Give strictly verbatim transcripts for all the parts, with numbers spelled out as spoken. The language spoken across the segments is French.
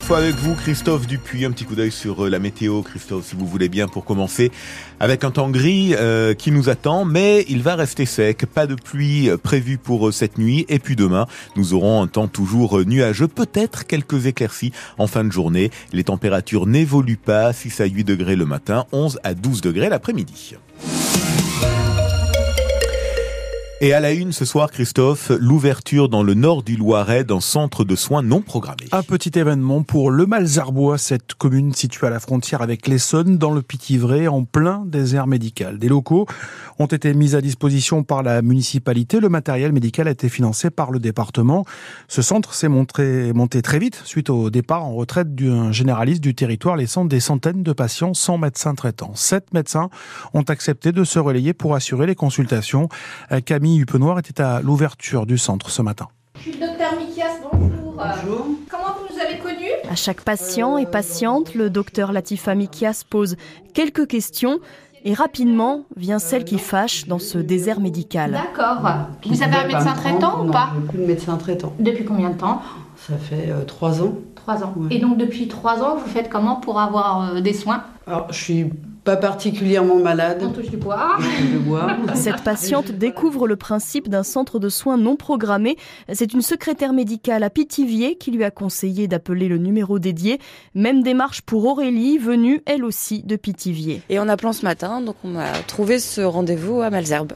infos avec vous, Christophe Dupuis. Un petit coup d'œil sur la météo, Christophe, si vous voulez bien, pour commencer. Avec un temps gris euh, qui nous attend, mais il va rester sec. Pas de pluie prévue pour cette nuit. Et puis demain, nous aurons un temps toujours nuageux. Peut-être quelques éclaircies en fin de journée. Les températures n'évoluent pas. six à huit degrés le matin, onze à douze degrés l'après-midi. Et à la une ce soir, Christophe, l'ouverture dans le nord du Loiret d'un centre de soins non programmé. Un petit événement pour le Malzarbois, cette commune située à la frontière avec l'Essonne, dans le Pithiviers, en plein désert médical. Des locaux ont été mis à disposition par la municipalité. Le matériel médical a été financé par le département. Ce centre s'est montré, monté très vite suite au départ en retraite d'un généraliste du territoire, laissant des centaines de patients sans médecin traitant. Sept médecins ont accepté de se relayer pour assurer les consultations. Camille Huppenoir était à l'ouverture du centre ce matin. Je suis le docteur Mikias, bonjour. Bonjour. Comment vous nous avez connus ? À chaque patient et patiente, le docteur Latifa Mikias pose quelques questions et rapidement vient celle qui fâche dans ce désert médical. D'accord. Vous avez un médecin traitant ou pas ? Non, j'ai plus de médecin traitant. Depuis combien de temps ? Ça fait euh, trois ans. Trois ans. Ouais. Et donc depuis trois ans, vous faites comment pour avoir euh, des soins ? Alors, je suis pas particulièrement malade. On touche du bois. Je bois. Cette patiente découvre le principe d'un centre de soins non programmé. C'est une secrétaire médicale à Pithiviers qui lui a conseillé d'appeler le numéro dédié. Même démarche pour Aurélie, venue elle aussi de Pithiviers. Et en appelant ce matin, donc on a trouvé ce rendez-vous à Malzerbe.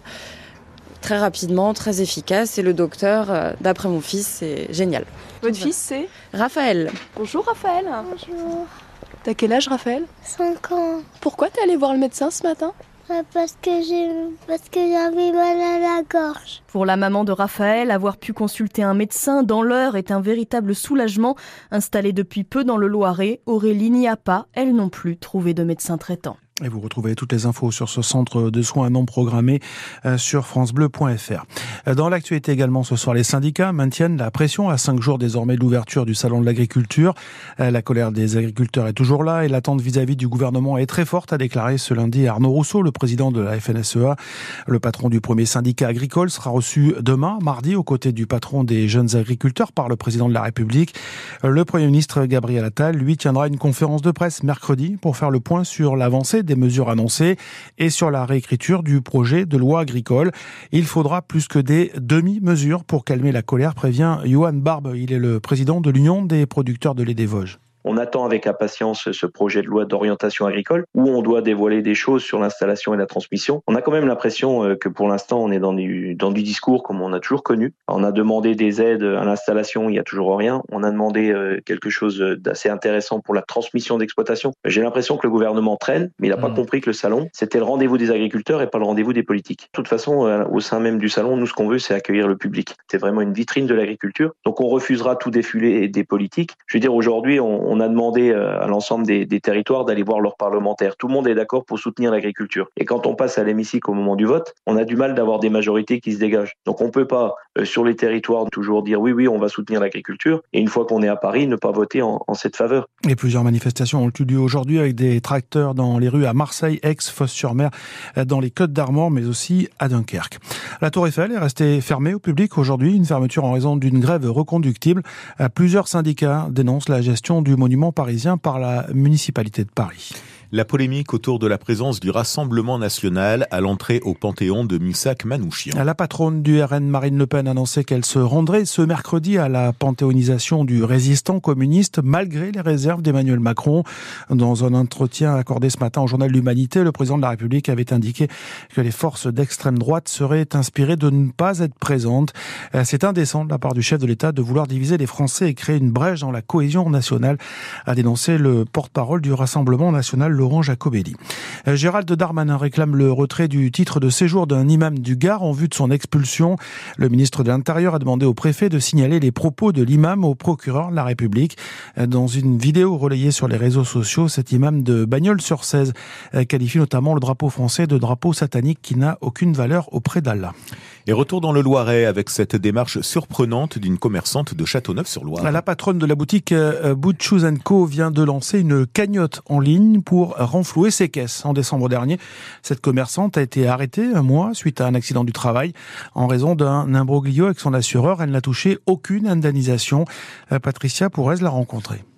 Très rapidement, très efficace. Et le docteur, d'après mon fils, c'est génial. Votre fils, c'est Raphaël. Bonjour Raphaël. Bonjour. T'as quel âge Raphaël ? cinq ans. Pourquoi t'es allé voir le médecin ce matin ? Parce que j'ai parce que j'avais mal à la gorge. Pour la maman de Raphaël, avoir pu consulter un médecin dans l'heure est un véritable soulagement. Installée depuis peu dans le Loiret, Aurélie n'y a pas, elle non plus, trouvé de médecin traitant. Et vous retrouvez toutes les infos sur ce centre de soins non programmés sur francebleu point f r. Dans l'actualité également ce soir, les syndicats maintiennent la pression à cinq jours désormais de l'ouverture du salon de l'agriculture. La colère des agriculteurs est toujours là et l'attente vis-à-vis du gouvernement est très forte, a déclaré ce lundi Arnaud Rousseau, le président de la F N S E A. Le patron du premier syndicat agricole sera reçu demain, mardi, aux côtés du patron des jeunes agriculteurs par le président de la République. Le Premier ministre Gabriel Attal, lui, tiendra une conférence de presse mercredi pour faire le point sur l'avancée des mesures annoncées et sur la réécriture du projet de loi agricole. Il faudra plus que des demi-mesures pour calmer la colère, prévient Johan Barbe. Il est le président de l'Union des producteurs de lait des Vosges. On attend avec impatience ce projet de loi d'orientation agricole où on doit dévoiler des choses sur l'installation et la transmission. On a quand même l'impression que pour l'instant on est dans du, dans du discours comme on a toujours connu. On a demandé des aides à l'installation, il n'y a toujours rien. On a demandé quelque chose d'assez intéressant pour la transmission d'exploitation. J'ai l'impression que le gouvernement traîne, mais il n'a pas mmh. compris que le salon, c'était le rendez-vous des agriculteurs et pas le rendez-vous des politiques. De toute façon, au sein même du salon, nous ce qu'on veut c'est accueillir le public. C'est vraiment une vitrine de l'agriculture. Donc on refusera tout défilé des politiques. Je veux dire aujourd'hui on On a demandé à l'ensemble des, des territoires d'aller voir leurs parlementaires. Tout le monde est d'accord pour soutenir l'agriculture. Et quand on passe à l'hémicycle au moment du vote, on a du mal d'avoir des majorités qui se dégagent. Donc on ne peut pas, euh, sur les territoires, toujours dire oui, oui, on va soutenir l'agriculture. Et une fois qu'on est à Paris, ne pas voter en, en cette faveur. Et plusieurs manifestations ont eu lieu aujourd'hui avec des tracteurs dans les rues à Marseille, Aix, Fos-sur-Mer, dans les Côtes d'Armor, mais aussi à Dunkerque. La Tour Eiffel est restée fermée au public aujourd'hui. Une fermeture en raison d'une grève reconductible. Plusieurs syndicats dénoncent la gestion du monument parisien par la municipalité de Paris. La polémique autour de la présence du Rassemblement national à l'entrée au Panthéon de Missac Manouchian. La patronne du R N, Marine Le Pen, annonçait qu'elle se rendrait ce mercredi à la panthéonisation du résistant communiste, malgré les réserves d'Emmanuel Macron. Dans un entretien accordé ce matin au journal L'Humanité, le président de la République avait indiqué que les forces d'extrême droite seraient inspirées de ne pas être présentes. C'est indécent de la part du chef de l'État de vouloir diviser les Français et créer une brèche dans la cohésion nationale, a dénoncé le porte-parole du Rassemblement national, Laurent Jacobelli. Gérald Darmanin réclame le retrait du titre de séjour d'un imam du Gard en vue de son expulsion. Le ministre de l'Intérieur a demandé au préfet de signaler les propos de l'imam au procureur de la République. Dans une vidéo relayée sur les réseaux sociaux, cet imam de Bagnols-sur-Cèze qualifie notamment le drapeau français de drapeau satanique qui n'a aucune valeur auprès d'Allah. Et retour dans le Loiret avec cette démarche surprenante d'une commerçante de Châteauneuf-sur-Loire. La patronne de la boutique Boot Shoes and Co vient de lancer une cagnotte en ligne pour renflouer ses caisses. En décembre dernier, cette commerçante a été arrêtée un mois suite à un accident du travail. En raison d'un imbroglio avec son assureur, elle n'a touché aucune indemnisation. Patricia Pourrez l'a rencontrée.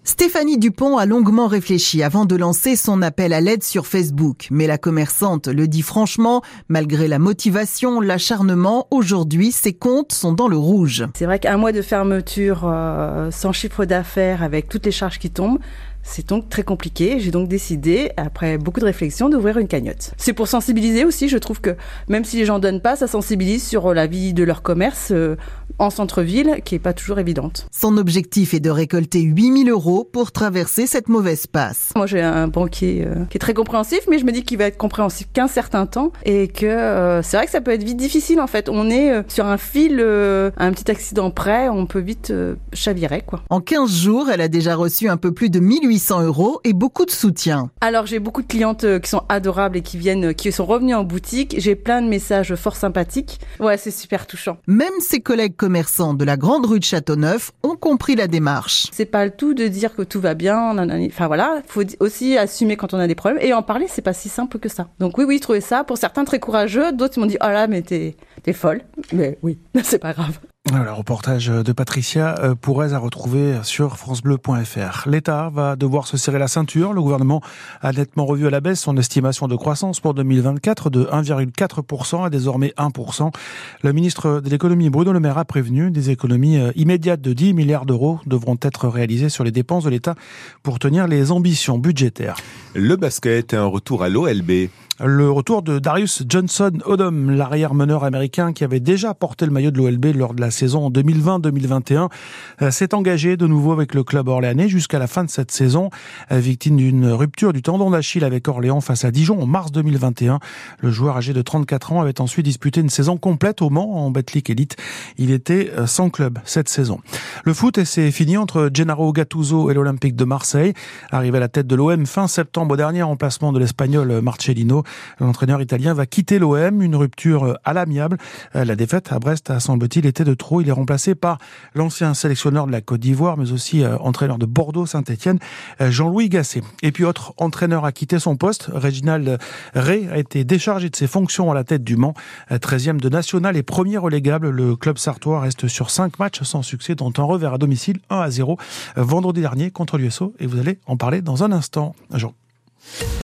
Stéphanie Dupont a longuement réfléchi avant de lancer son appel à l'aide sur Facebook. Mais la commerçante le dit franchement, malgré la motivation, l'acharnement, aujourd'hui, ses comptes sont dans le rouge. C'est vrai qu'un mois de fermeture euh, sans chiffre d'affaires avec toutes les charges qui tombent, c'est donc très compliqué. J'ai donc décidé, après beaucoup de réflexion, d'ouvrir une cagnotte. C'est pour sensibiliser aussi. Je trouve que même si les gens donnent pas, ça sensibilise sur la vie de leur commerce euh, en centre-ville, qui est pas toujours évidente. Son objectif est de récolter huit mille euros pour traverser cette mauvaise passe. Moi, j'ai un banquier euh, qui est très compréhensif, mais je me dis qu'il va être compréhensif qu'un certain temps et que euh, c'est vrai que ça peut être vite difficile en fait. On est euh, sur un fil, euh, un petit accident près, on peut vite euh, chavirer quoi. En quinze jours, elle a déjà reçu un peu plus de mille huit cents euros et beaucoup de soutien. Alors j'ai beaucoup de clientes qui sont adorables et qui viennent, qui sont revenues en boutique. J'ai plein de messages fort sympathiques. Ouais, c'est super touchant. Même ses collègues commerçants de la grande rue de Châteauneuf ont compris la démarche. C'est pas le tout de dire que tout va bien. Enfin voilà, faut aussi assumer quand on a des problèmes et en parler. C'est pas si simple que ça. Donc oui, oui, je trouvais ça pour certains très courageux. D'autres m'ont dit oh là, mais t'es, t'es folle. Mais oui, c'est pas grave. Le reportage de Patricia Pourrez à retrouver sur francebleu point fr. L'État va devoir se serrer la ceinture. Le gouvernement a nettement revu à la baisse son estimation de croissance pour deux mille vingt-quatre de un virgule quatre pour cent à désormais un pour cent. Le ministre de l'économie Bruno Le Maire a prévenu des économies immédiates de dix milliards d'euros devront être réalisées sur les dépenses de l'État pour tenir les ambitions budgétaires. Le basket, un retour à l'O L B. Le retour de Darius Johnson-Odom, l'arrière-meneur américain qui avait déjà porté le maillot de l'O L B lors de la saison deux mille vingt deux mille vingt et un, s'est engagé de nouveau avec le club orléanais jusqu'à la fin de cette saison. Victime d'une rupture du tendon d'Achille avec Orléans face à Dijon en mars deux mille vingt et un, le joueur âgé de trente-quatre ans avait ensuite disputé une saison complète au Mans en Betclic Elite. Il était sans club cette saison. Le foot, et c'est fini entre Gennaro Gattuso et l'Olympique de Marseille. Arrivé à la tête de l'O M fin septembre dernier en remplacement de l'Espagnol Marcelino, l'entraîneur italien va quitter l'O M, une rupture à l'amiable. La défaite à Brest a, semble-t-il, été de trop. Il est remplacé par l'ancien sélectionneur de la Côte d'Ivoire, mais aussi euh, entraîneur de Bordeaux-Saint-Étienne, euh, Jean-Louis Gasset. Et puis autre entraîneur a quitté son poste, Réginald Ray a été déchargé de ses fonctions à la tête du Mans, treizième de national et premier relégable. Le club sartois reste sur cinq matchs sans succès, dont un revers à domicile, un à zéro, vendredi dernier contre l'U S O. Et vous allez en parler dans un instant. Jean.